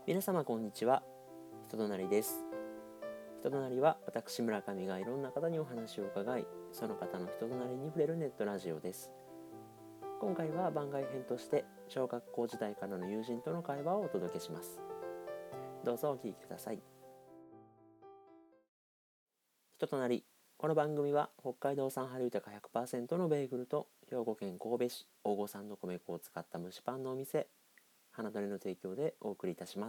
皆様こんにちは。人となりです。人となりは私村上がいろんな方にお話を伺い、その方の人となりに触れるネットラジオです。今回は番外編として小学校時代からの友人との会話をお届けします。どうぞお聞きください。人となり、この番組は北海道産春豊 100% のベーグルと兵庫県神戸市大御産の米粉を使った蒸しパンのお店花鳥の提供でお送りいたします。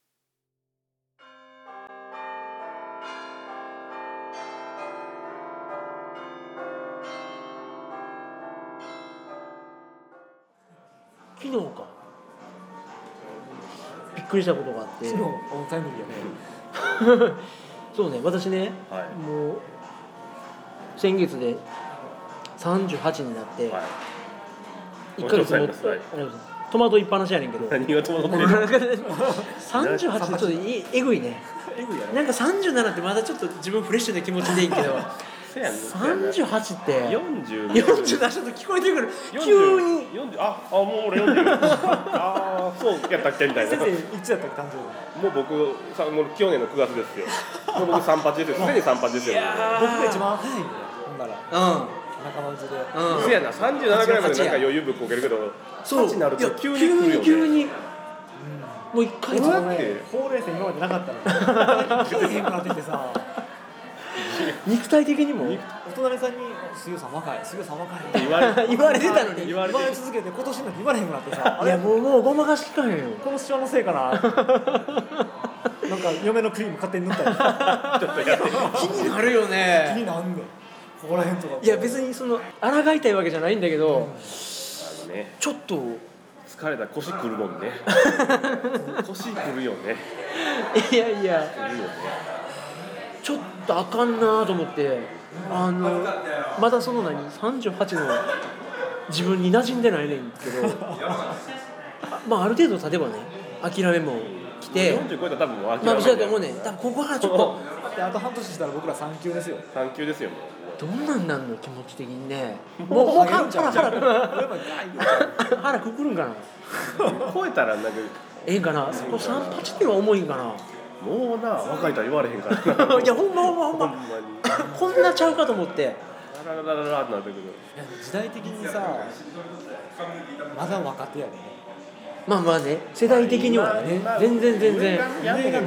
昨日かびっくりしたことがあって。 昨日オンタイムリーやねそうね、私ね、 はい、 もう先月で38になって、はい、1ヶ月も戸惑いっぱなしやねんけど。 何が戸惑ってる 38ってちょっとえぐいね。なんか37ってまだちょっと自分フレッシュな気持ちでいいけど38って40ちょっと聞こえてくる急に 40もう俺40そうやったっけみたいな。先生いつやったっけ誕生日。もう僕去年の9月ですよ。もう僕38ですよ。すでに38ですよ。僕が一番早いんだよ。ほんなら仲間内でそうやな37ぐらいまでなんか余裕ぶっこけるけど8になると急に来るよね。 急にもう1回ほうれい線今までなかったのに変化っててさ肉体的にもお隣さんに杉尾さん若いって言われてたのに言われ続けて今年になって言われへんくなってさいやもうごまかしかへんよ。 このシワのせいかななんか嫁のクリーム勝手に塗ったりちょっとやって気になるよね。 気になんねんここら辺とか。 いや別に抗いたいわけじゃないんだけど、ちょっと疲れた腰くるもんね腰くるよね。 いやいやちょっとあかんなと思ってまだ38の自分に馴染んでないねんけどまあある程度例えばね諦めも来て 40超えたら多分もう諦めまあそうだと思うねん。多分ここからちょっとあと半年したら僕ら3級ですよ。3級ですよ。 どんなんなんの気持ち的にね。もう腹くくるんかな超えたらなんかええんかな。そこ38っては重いんかな。 もうな若いとは言われへんからな。 いやほんまこんなちゃうかと思ってラララララってなってくる。時代的にさまだ若手やね。 まあね世代的にはね全然上が抜けへんよね。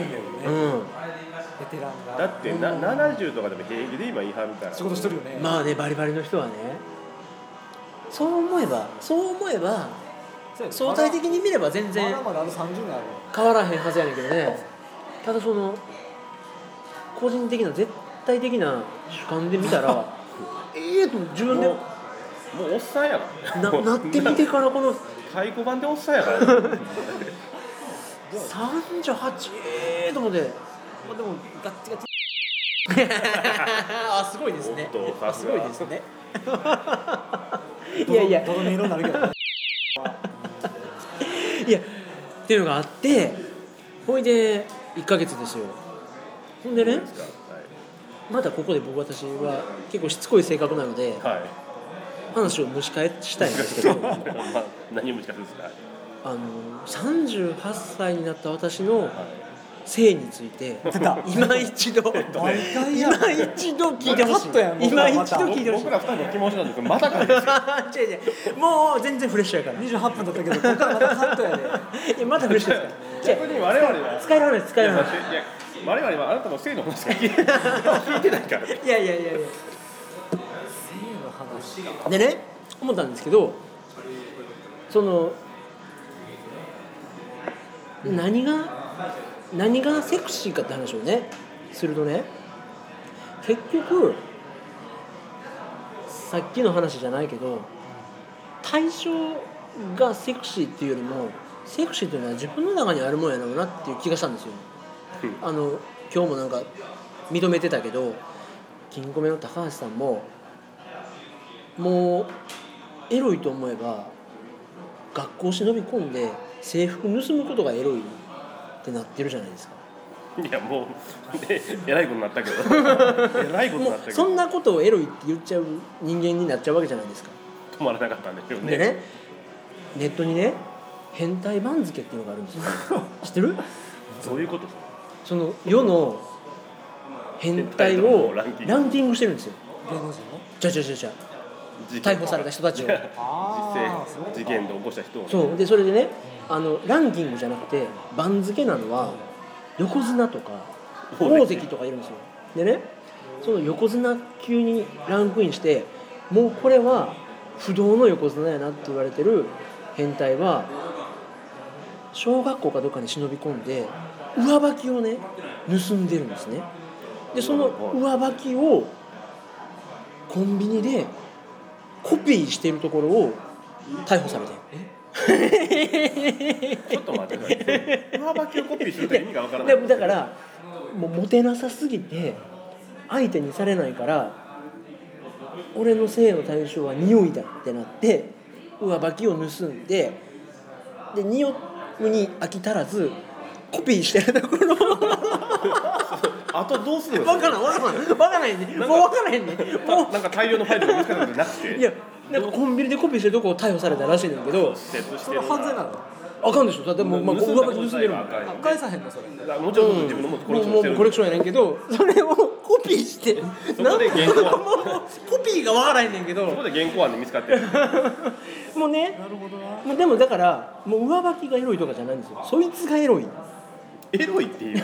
ベテランがだって70とかでも平気で今言い張るから仕事してるよね。 まあねバリバリの人はねそう思えば相対的に見れば全然まだ30年ある変わらへんはずやねんけどね。ただ個人的な絶対的な主観で見たらと自分でもうおっさんやからなってみてからこの太鼓判でおっさんやから 38と思って。 でもガッチガチすごいですね。 すごいですねいや泥の色になるけどいやっていうのがあってほいで1ヶ月ですよ。ほんでねまたここで私は結構しつこい性格なので、話を蒸し返したいんですけど何を蒸し返すんですか。 38歳になった私の性について今一度聞いてほしい。今一度聞いてほしい。 僕ら2人の気持ちなんですけどまたかですよもう全然フレッシュやから28分だったけどここからまたカットやでまたフレッシュですから逆に我々は使える話我々はあなたの性の話が聞いてないからいや性の話でね思ったんですけど何がセクシーかって話をねするとね結局さっきの話じゃないけど対象がセクシーっていうよりもセクシーというのは自分の中にあるもんやろうなっていう気がしたんですよ。今日もなんか認めてたけど金庫目の高橋さんももうエロいと思えば学校忍び込んで制服盗むことがエロいってなってるじゃないですか。 いやもうえらいことになったけどそんなことをエロいって言っちゃう人間になっちゃうわけじゃないですか。 止まらなかったんですよね。 でねネットにね変態番付っていうのがあるんですよ知ってる？ どういうこと？ その世の変態をランキングしてるんですよ。 芸能人の？ じゃ逮捕された人たちを実際事件で起こした人を、ね、 そうでそれでねランキングじゃなくて番付なのは横綱とか大関とかいるんですよ。でねその横綱級にランクインしてもうこれは不動の横綱やなって言われてる変態は小学校かどっかに忍び込んで上履きをね盗んでるんですね。でその上履きをコンビニでコピーしてるところを逮捕されてちょっと待ってください。上履きをコピーすると意味がわからない。 だからもうモテなさすぎて相手にされないから俺の性の対象は匂いだってなって上履きを盗んで匂いに飽き足らずコピーしてるところあとどうするんですか？ 分からへんねもう分からへんねもうなんか大量のファイルが見つかったんじゃなくて、 いやなんかコンビニでコピーしてるとこを逮捕されたらしいねんけどそれは犯罪なの？ あかんでしょ。だってもう上履き盗んでるもん。 返さへんのそれ。 もちろん自分のもコレクションしてる。 もうコレクションやねんけどそれをコピーしてそこで原稿案もうコピーが分からへんねんけどそこで原稿案で見つかってる。 もうねなるほどな。 もうでもだからもう上履きがエロいとかじゃないんですよ。そいつがエロいエロいっていう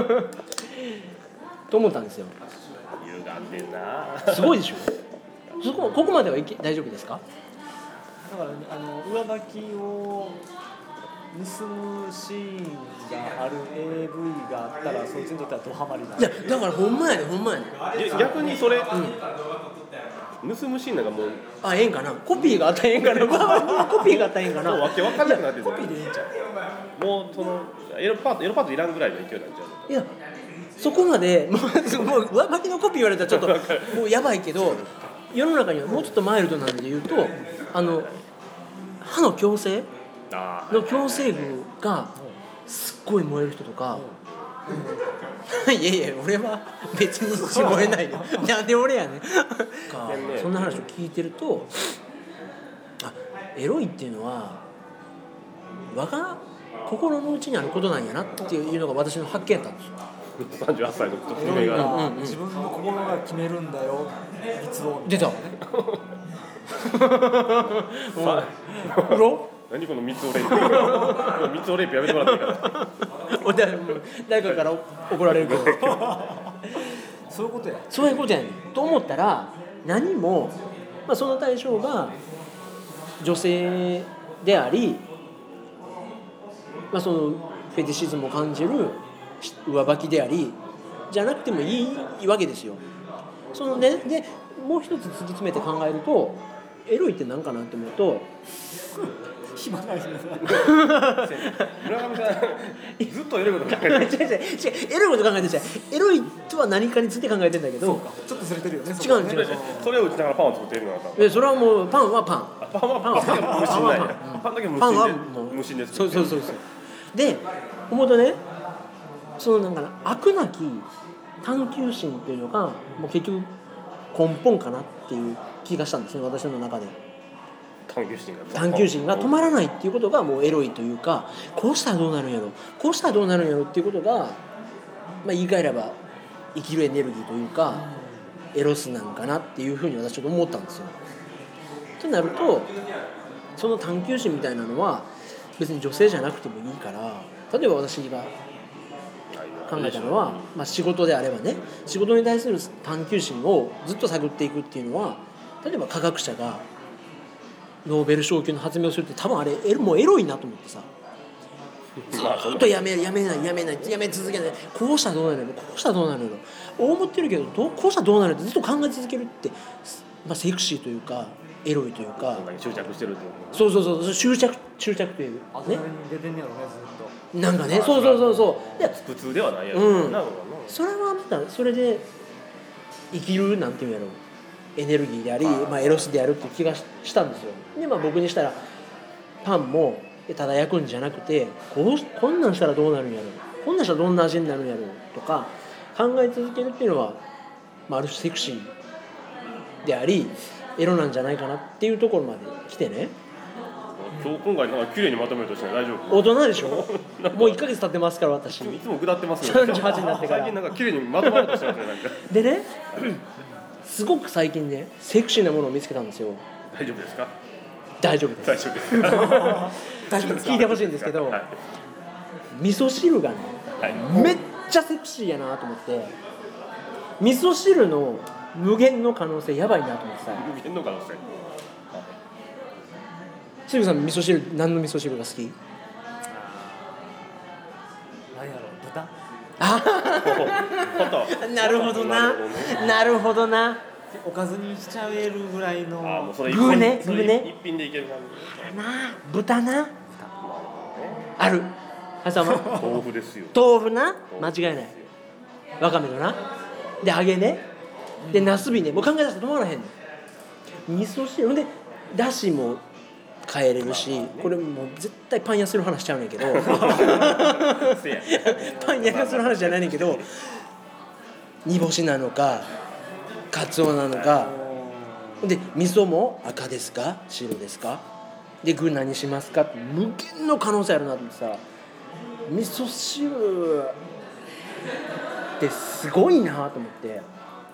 と思ったんですよ。 歪んでんな。 すごいでしょ。ここまでは大丈夫ですか？ だから上履きを盗むシーンがある AV があったらそいつにとってはドハマりだ。 いやだからほんまやね逆にそれ、盗むシーンなんかもうええんかなコピーがあったらええんかなコピーがあったらええんかなわけわかんなくなってる。 コピーでいいんちゃう？ もうそのエロパートいらんぐらいの勢いなんちゃう？ いやそこまでもう上履きのコピー言われたらちょっともうやばいけど世の中にはもうちょっとマイルドなので言うと歯の矯正の矯正具がすっごい燃える人とか、いや俺は別に燃えないよなんで俺やねんそんな話を聞いてるとエロいっていうのは心の内にあることなんやなっていうのが私の発見やったんですよ。 38歳の娘が、 自分の心が決めるんだよ律を出た何この三つおレイプ三つおレイプやめてもらっていいかな。 誰かから怒られるけどそういうことやねんと思ったら何も、その対象が女性であり、そのフェティシズムを感じる上履きでありじゃなくてもいいわけですよ。そのね、でもう一つ突き詰めて考えるとエロいって何かなって思うと暇ないですね村上さんずっとエロいこと考えてる。 違うエロいこと考えてる。エロいとは何かについて考えてんだけど、 ちょっとずれてるよね。 違うそれを打ちながらパンを作っているのか。 それはもうパンはパンパンだけ無心です。 そうで思うとね、そのなんか飽くなき探求心っていうのがもう結局根本かなっていう気がしたんですね、私の中で。探求心が止まらないっていうことがもうエロいというか、こうしたらどうなるんやろっていうことが、言い換えれば生きるエネルギーというかエロスなんかなっていうふうに私ちょっと思ったんですよ。となるとその探求心みたいなのは別に女性じゃなくてもいいから、例えば私が考えたのは、仕事であればね、仕事に対する探求心をずっと探っていくっていうのは、例えば科学者がノーベル賞級の発明をするって多分あれもうエロいなと思ってさ、ずっとやめ続けない、こうしたらどうなるの思ってるけどこうしたらどうなるってずっと考え続けるって、セクシーというかエロいというか、 執着してるっていう。 そう執着というアドレナリン出てんねやろね、ずっとなんかね、そう普通ではないやろ、 それはまたそれで生きるなんていうんやろエネルギーであり、エロスであるっていう気がしたんですよ。で、僕にしたらパンもただ焼くんじゃなくて、こんなんしたらどうなるんやろ、こんなんしたらどんな味になるんやろとか考え続けるっていうのは、ある種セクシーでありエロなんじゃないかなっていうところまで来てね。 今回なんか綺麗にまとめるとして大丈夫？ 大人でしょもう1ヶ月経ってますから私。 いつも下ってますよね。 38になってから最近なんか綺麗にまとまろうとしてますねなんか。 でねすごく最近ねセクシーなものを見つけたんですよ。 大丈夫ですか？ 大丈夫です。 大丈夫ですか？ 大丈夫ですか？ 聞いてほしいんですけど、 はい味噌汁がねはいめっちゃセクシーやなと思って、味噌汁の無限の可能性やばいなと思ってさ。 無限の可能性。 しぐさん味噌汁何の味噌汁が好き？ 何やろう、豚？ なるほどな。なるほどな。 おかずにしちゃえるぐらいの。 もうそれ具ねそれ具ね一品でいける感豚な。ある。はさま。 じ。豆腐ですよ。 豆腐な。間違いない。わかめのな。で揚げね。でなすびね。もう考え出したら止まらへんの。味噌汁でだしも変えれるし、これもう絶対パン屋する話しちゃうねんけどパン屋する話じゃないねんけど、煮干しなのかカツオなのかで、味噌も赤ですか白ですかで、具何しますかって無限の可能性あるなと思ってさ。味噌汁ってすごいなと思って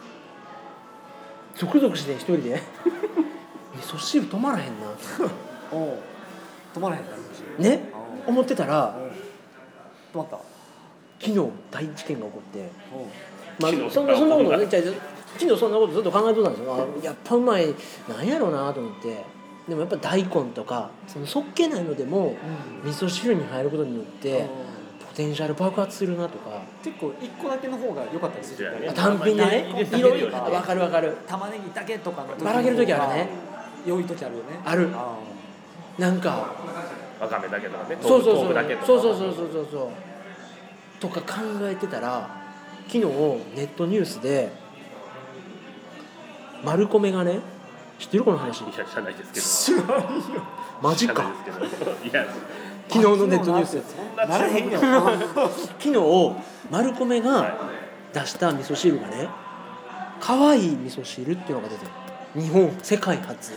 ゾクゾクして一人で味噌汁止まらへんな止まらへんかね思ってたら、 止まった。 昨日大事件が起こって、まあ、 昨日そんなことね、昨日そんなことずっと考えてたんですよ。やっぱうまいなんやろうなと思って。でもやっぱ大根とかそのそっけないのでも、味噌汁に入ることによってポテンシャル爆発するなとか。 結構1個だけの方が良かったりするよね。 単品でね、いろいろ分かる分かる。 玉ねぎだけとかの時ばらける時あるね。 良い時あるよね。 ある。なんかわかめだけとかね。 そうそうそう豆腐だけとか。 そうとか考えてたら、昨日ネットニュースでマルコメがね、知ってるこの話？ いや知らないですけど。 知らないよ。 マジか。 知らないですけど。いや昨日のネットニュース。 ならへんよ。 昨日マルコメが出した味噌汁がね、可愛い味噌汁っていうのが出てる。日本世界初。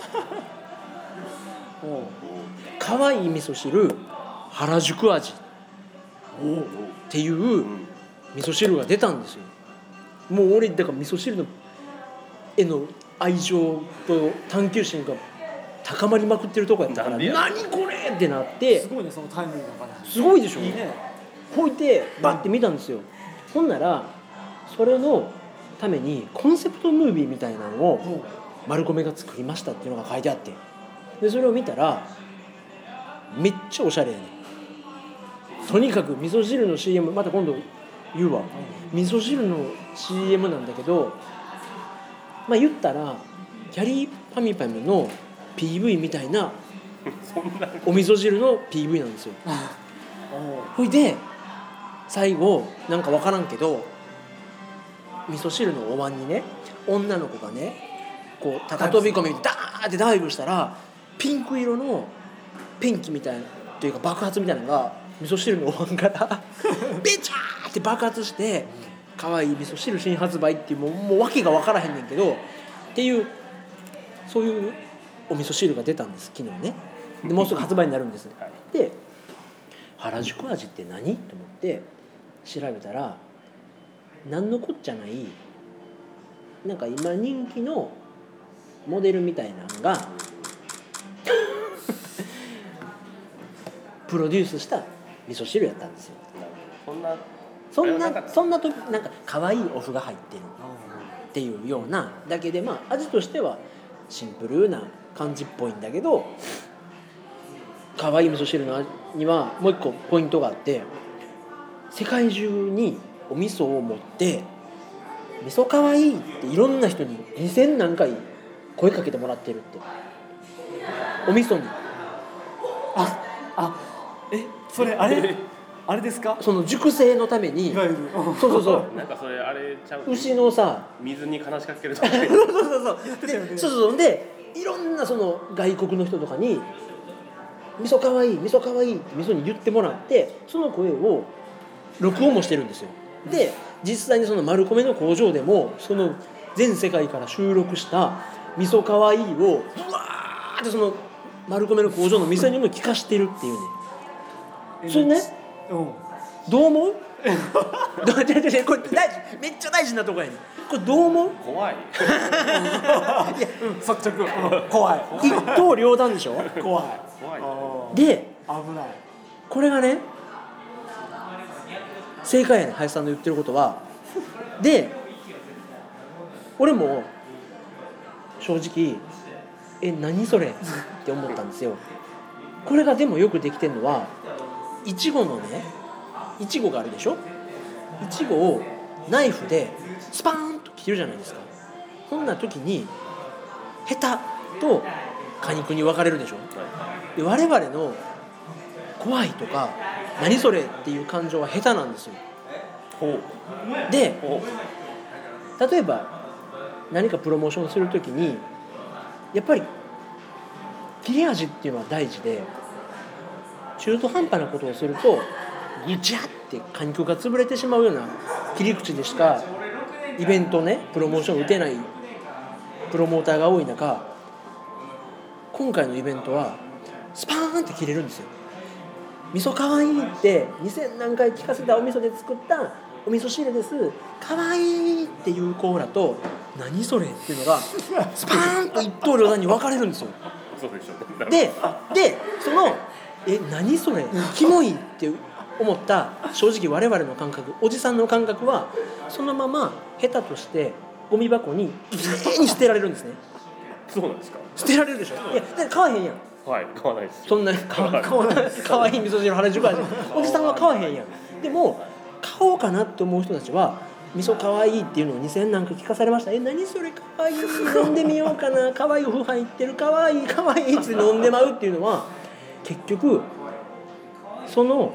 可愛い味噌汁原宿味っていう味噌汁が出たんですよ。もう俺だから味噌汁のへの愛情と探求心が高まりまくってるとこやったから、何これってなって、 すごいね、そのタイムリーな話。 すごいでしょ。 いいね。 ほいてバッて見たんですよ。ほんならそれのためにコンセプトムービーみたいなのをマルコメが作りましたっていうのが書いてあって、でそれを見たらめっちゃおしゃれやね。とにかく味噌汁の CM、 また今度言うわ。味噌汁の CM なんだけど、まあ言ったらキャリーパミュパミュの PV みたいなお味噌汁の PV なんですよ。ほいで最後なんか分からんけど、味噌汁のお椀にね、女の子がねこう高飛び込みでダーってダイブしたら、ピンク色のペンキみたいなというか爆発みたいなのが味噌汁のお椀からベチャーって爆発して、可愛い味噌汁新発売っていう、もう訳が分からへんねんけどっていう、そういうお味噌汁が出たんです昨日ね。でもうすぐ発売になるんです。で原宿味って何と思って調べたら、何のこっちゃない、なんか今人気のモデルみたいなのがプロデュースした味噌汁やったんですよ。そんなとなんか可愛いお麩が入ってるっていうようなだけで、まあ味としてはシンプルな感じっぽいんだけど、可愛い味噌汁の味にはもう一個ポイントがあって、世界中にお味噌を持って味噌可愛いっていろんな人に2000何回声かけてもらってるって。お味噌にそれあれですか？ その熟成のために、 いわゆるそうなんかそれあれちゃう。 牛のさ水に話しかけるとか。 そうでいろんなその外国の人とかに味噌かわいい味噌かわいいって味噌に言ってもらって、その声を録音もしてるんですよ。で実際にそのマルコメの工場でもその全世界から収録した味噌かわいいをブワーってその丸米の工場の店にも聞かしてるっていうね。それね、どう思う？これ大事、めっちゃ大事なとこやねん。これどう思う？ 怖い。 率直、怖い。 一刀両断でしょ。 怖い。 で、 危ない。 これがね、正解やねん、林さんの言ってることは。で、俺も正直何それって思ったんですよ。これがでもよくできてるのは、いちごのね、いちごがあるでしょ。いちごをナイフでスパーンと切るじゃないですか。そんな時にヘタと果肉に分かれるでしょ。で我々の怖いとか何それっていう感情はヘタなんですよ。で、例えば何かプロモーションする時にやっぱり切れ味っていうのは大事で、中途半端なことをするとぐちゃって果肉が潰れてしまうような切り口でしかイベントね、プロモーション打てないプロモーターが多い中、今回のイベントはスパーンって切れるんですよ。味噌かわいいって2000何回聞かせたお味噌で作ったお味噌汁です、かわいいっていうコーラと何それっていうのがスパーンと一刀両断に分かれるんですよ。 そうでしょ。 でその何それキモいって思った正直我々の感覚、おじさんの感覚はそのままヘタとしてゴミ箱にきれいに捨てられるんですね。 そうなんですか。 捨てられるでしょ。いやだって買わへんやん。 はい、買わないです。 そんなに買わいい味噌汁原宿味、おじさんは買わへんやん。でも買おうかなって思う人たちは味噌かわいいっていうのを2000何回聞かされました。何それかわいい、飲んでみようかな、かわいいお風呂入ってる、かわいいかわいいって飲んでまうっていうのは結局その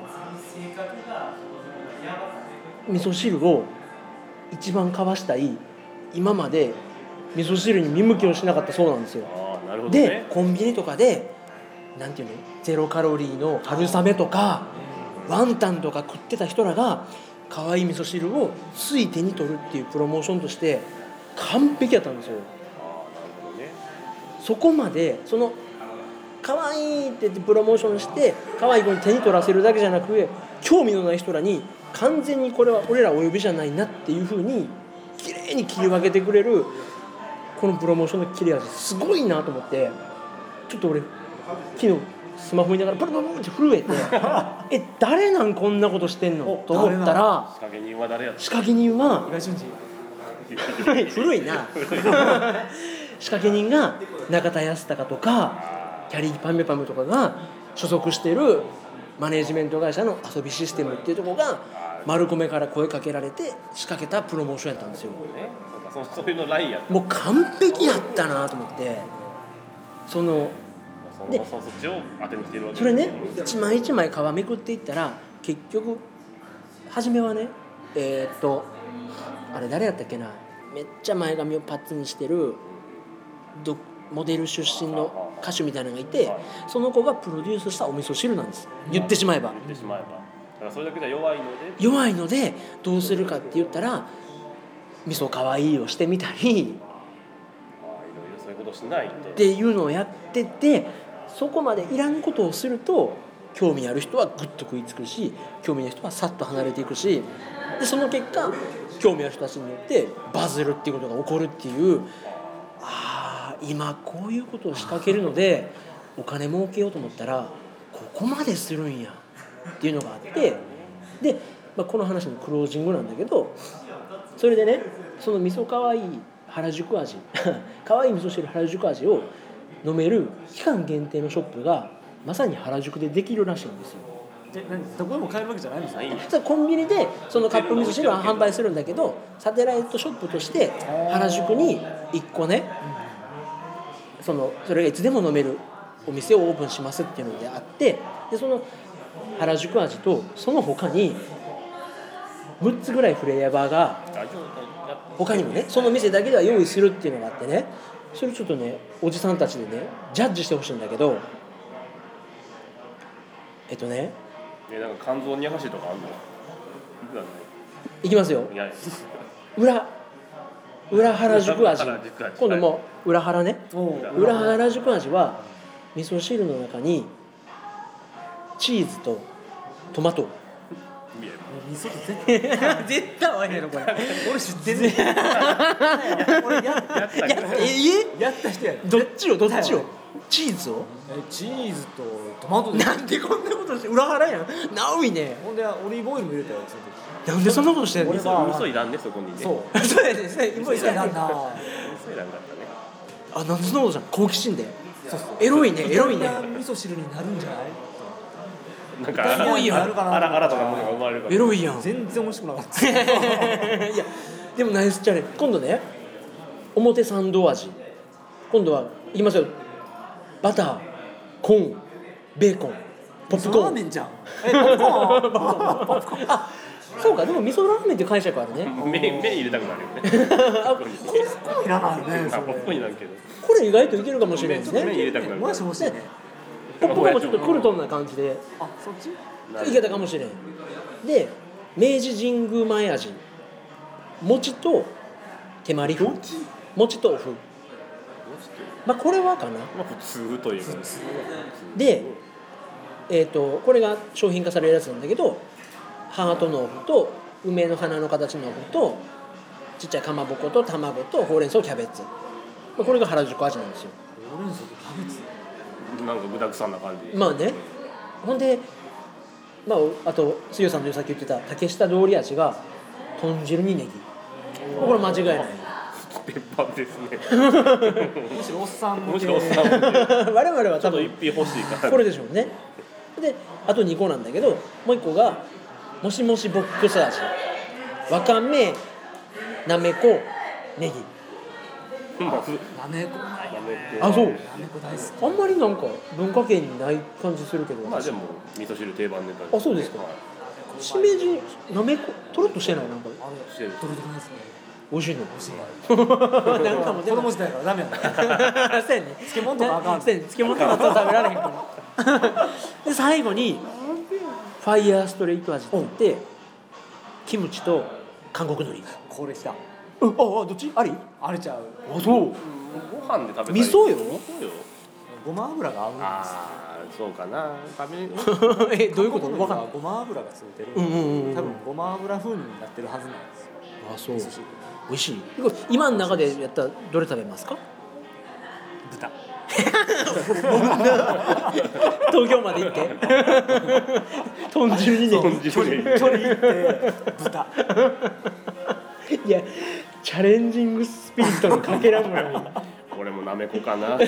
味噌汁を一番かわしたい今まで味噌汁に見向きをしなかったそうなんですよ。 なるほどね。 でコンビニとかでなんていうの、ゼロカロリーの春雨とかワンタンとか食ってた人らが可愛い味噌汁をつい手に取るっていうプロモーションとして完璧やったんですよ。 なるほどね。 そこまでその可愛いって言ってプロモーションして可愛い子に手に取らせるだけじゃなく、興味のない人らに完全にこれは俺らお呼びじゃないなっていう風に綺麗に切り分けてくれるこのプロモーションの切れ味すごいなと思って、ちょっと俺昨日スマホ見ながらプルプルって震えて誰なんこんなことしてんのと思ったら、 仕掛け人は誰やった？ 仕掛け人は岩井俊二古いな仕掛け人が中田康隆とかキャリーパンメパムとかが所属しているマネージメント会社の遊びシステムっていうところが丸米から声かけられて仕掛けたプロモーションやったんですよ。 そういうのラインやった。 もう完璧やったなと思って、そのでそっちを当てにしてるわけ。 それね、一枚一枚皮めくっていったら結局初めはねあれ誰やったっけな、めっちゃ前髪をパッツンにしてるモデル出身の歌手みたいなのがいて、その子がプロデュースしたお味噌汁なんです、言ってしまえば。 だからそれだけでは弱いのでどうするかって言ったら味噌かわいいをしてみたり、 いろいろそういうことしないとっていうのをやってて、そこまでいらんことをすると興味ある人はグッと食いつくし、興味ない人はさっと離れていくし、でその結果興味ある人たちによってバズるっていうことが起こるっていう、今こういうことを仕掛けるのでお金儲けようと思ったらここまでするんやっていうのがあって、で、この話のクロージングなんだけど、それでね、その味噌かわいい原宿味かわいい味噌汁原宿味を飲める期間限定のショップがまさに原宿でできるらしいんですよ。 どこでも買えるわけじゃないんですか？ コンビニでそのカップ味噌汁は販売するんだけど、サテライトショップとして原宿に1個ね、それがいつでも飲めるお店をオープンしますっていうのであって、でその原宿味とその他に6つぐらいフレーバーが他にもね、その店だけでは用意するっていうのがあってね、それちょっとねおじさんたちでねジャッジしてほしいんだけど、 なんか肝臓にやかしいとかあんの？ いきますよ。裏原宿味今度も裏原ね、裏原宿味は味噌汁の中にチーズとトマト味噌と絶対合わへんやろこれ俺知ってんねん俺やった人やどっちをチーズをチーズとトマトでなんでこんなことして裏腹やんなおいねほんでオリーブオイルも入れたよその時なんでそんなことしてんの味噌いらんねそこにねそうそうやですね味噌いらんな味噌いらんかったねあ、なんでそんなことじゃん好奇心でそうそうエロいねエロいねイタリアン味噌汁になるんじゃないなんかすごいやん新たなものが生まれるからエロいやん全然美味しくなかったいやでもナイスチャレンジ今度ね表参道味今度はいきますよバターコーンベーコンポップコーンラーメンじゃんポップコーンあそうかでも味噌ラーメンっていう解釈あるね麺入れたくなるよねあいらないねポップになるけどこれ意外といけるかもしれないです麺ね入れたくなるもやし欲しいねポップコーンもちょっとクルトンな感じであそっちいけたかもしれんで明治神宮前味餅と手まり風餅豆腐まあこれはかなまあ普通というかでこれが商品化されるやつなんだけどハートの麩と梅の花の形の麩とちっちゃいかまぼこと卵とほうれん草キャベツこれが原宿味なんですよほうれん草とキャベツなんか具だくさんな感じまあねほんでまああと杉さんのさっき言ってた竹下通り味が豚汁にネギこれ間違いない鉄板ですねむしろおっさん向けもしかしたら我々はちょっと多分一品欲しいからこれでしょうねであと2個なんだけどもう1個がもしもしボックス味わかめなめこネギまあなめこあそうなめこ大好きあんまりなんか文化圏にない感じするけどまあでも味噌汁定番ネタあそうですかはいしめじなめことろっとしてないなんかあれしてるどれどれですね美味しいの美味しいなんかも子供時代からダメやったそうやね漬物とかあかんそうやね漬物とか食べられへんからで最後にファイヤーストレート味って言ってキムチと韓国海苔これしたどっちありあれちゃうあそうご飯で食べたい味噌よ味噌よごま油が合うんですよああそうかな食べどういうことわかんないごま油がついてるうんうんうんうん多分ごま油風になってるはずなんですよあそう味噌汁美味しい今の中でやったらどれ食べますか豚東京まで行って豚汁にね距離行って豚いやチャレンジングスピリットのかけらもよ俺もなめこかなおっ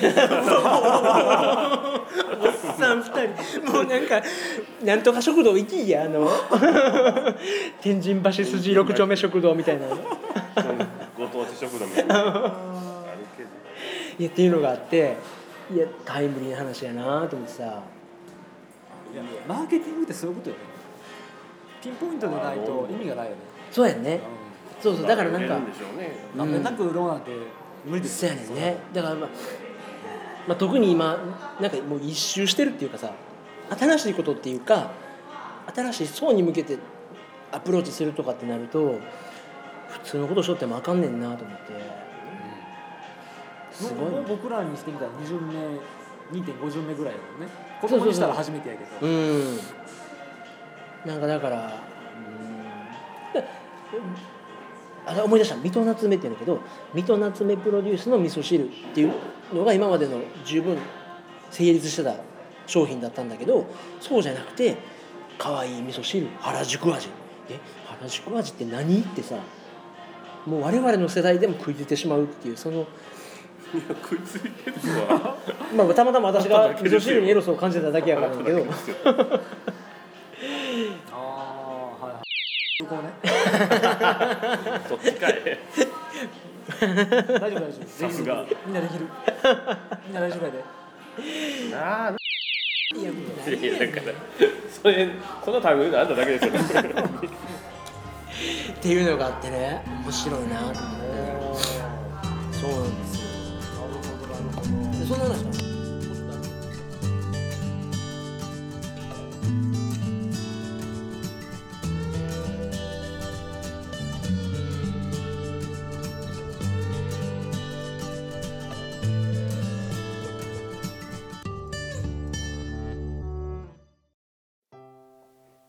さん2人もうなんかなんとか食堂行きや天神橋筋6丁目食堂みたいなご当地食堂みたいなあるけどいやっていうのがあっていやタイムリーな話やなと思ってさいやマーケティングってそういうことよねピンポイントでないと意味がないよねそうやんねそうそうだからなんか売れるんでしょうねなめなく売ろうなんて無理ですそうやねんねだからまあ特に今なんかもう一周してるっていうかさ新しいことっていうか新しい層に向けてアプローチするとかってなると普通のことしとってもあかんねんなと思ってすごいもう僕らにしてみたら2巡目 2.5 巡目ぐらいだよね子供にしたら初めてやけどなんかだから思い出した水戸夏目って言うんだけど水戸夏目プロデュースの味噌汁っていうのが今までの十分成立してた商品だったんだけどそうじゃなくて可愛い味噌汁原宿味原宿味って何ってさもう我々の世代でも食いついてしまうっていうその食いついてるのはまあたまたま私が味噌汁にエロスを感じただけやからだけどこうねそっちかい大丈夫さすがみんなできるみんな大丈夫やでなあいやいやだからそのタイミングであんただけですよっていうのがあってね面白いなと思ってそうなんですよでそんな話は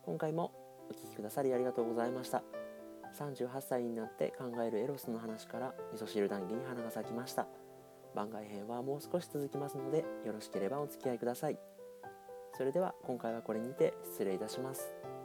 今回もお聞きくださりありがとうございました。38歳になって考えるエロスの話から味噌汁談義に花が咲きました。番外編はもう少し続きますので、よろしければお付き合いください。それでは今回はこれにて失礼いたします。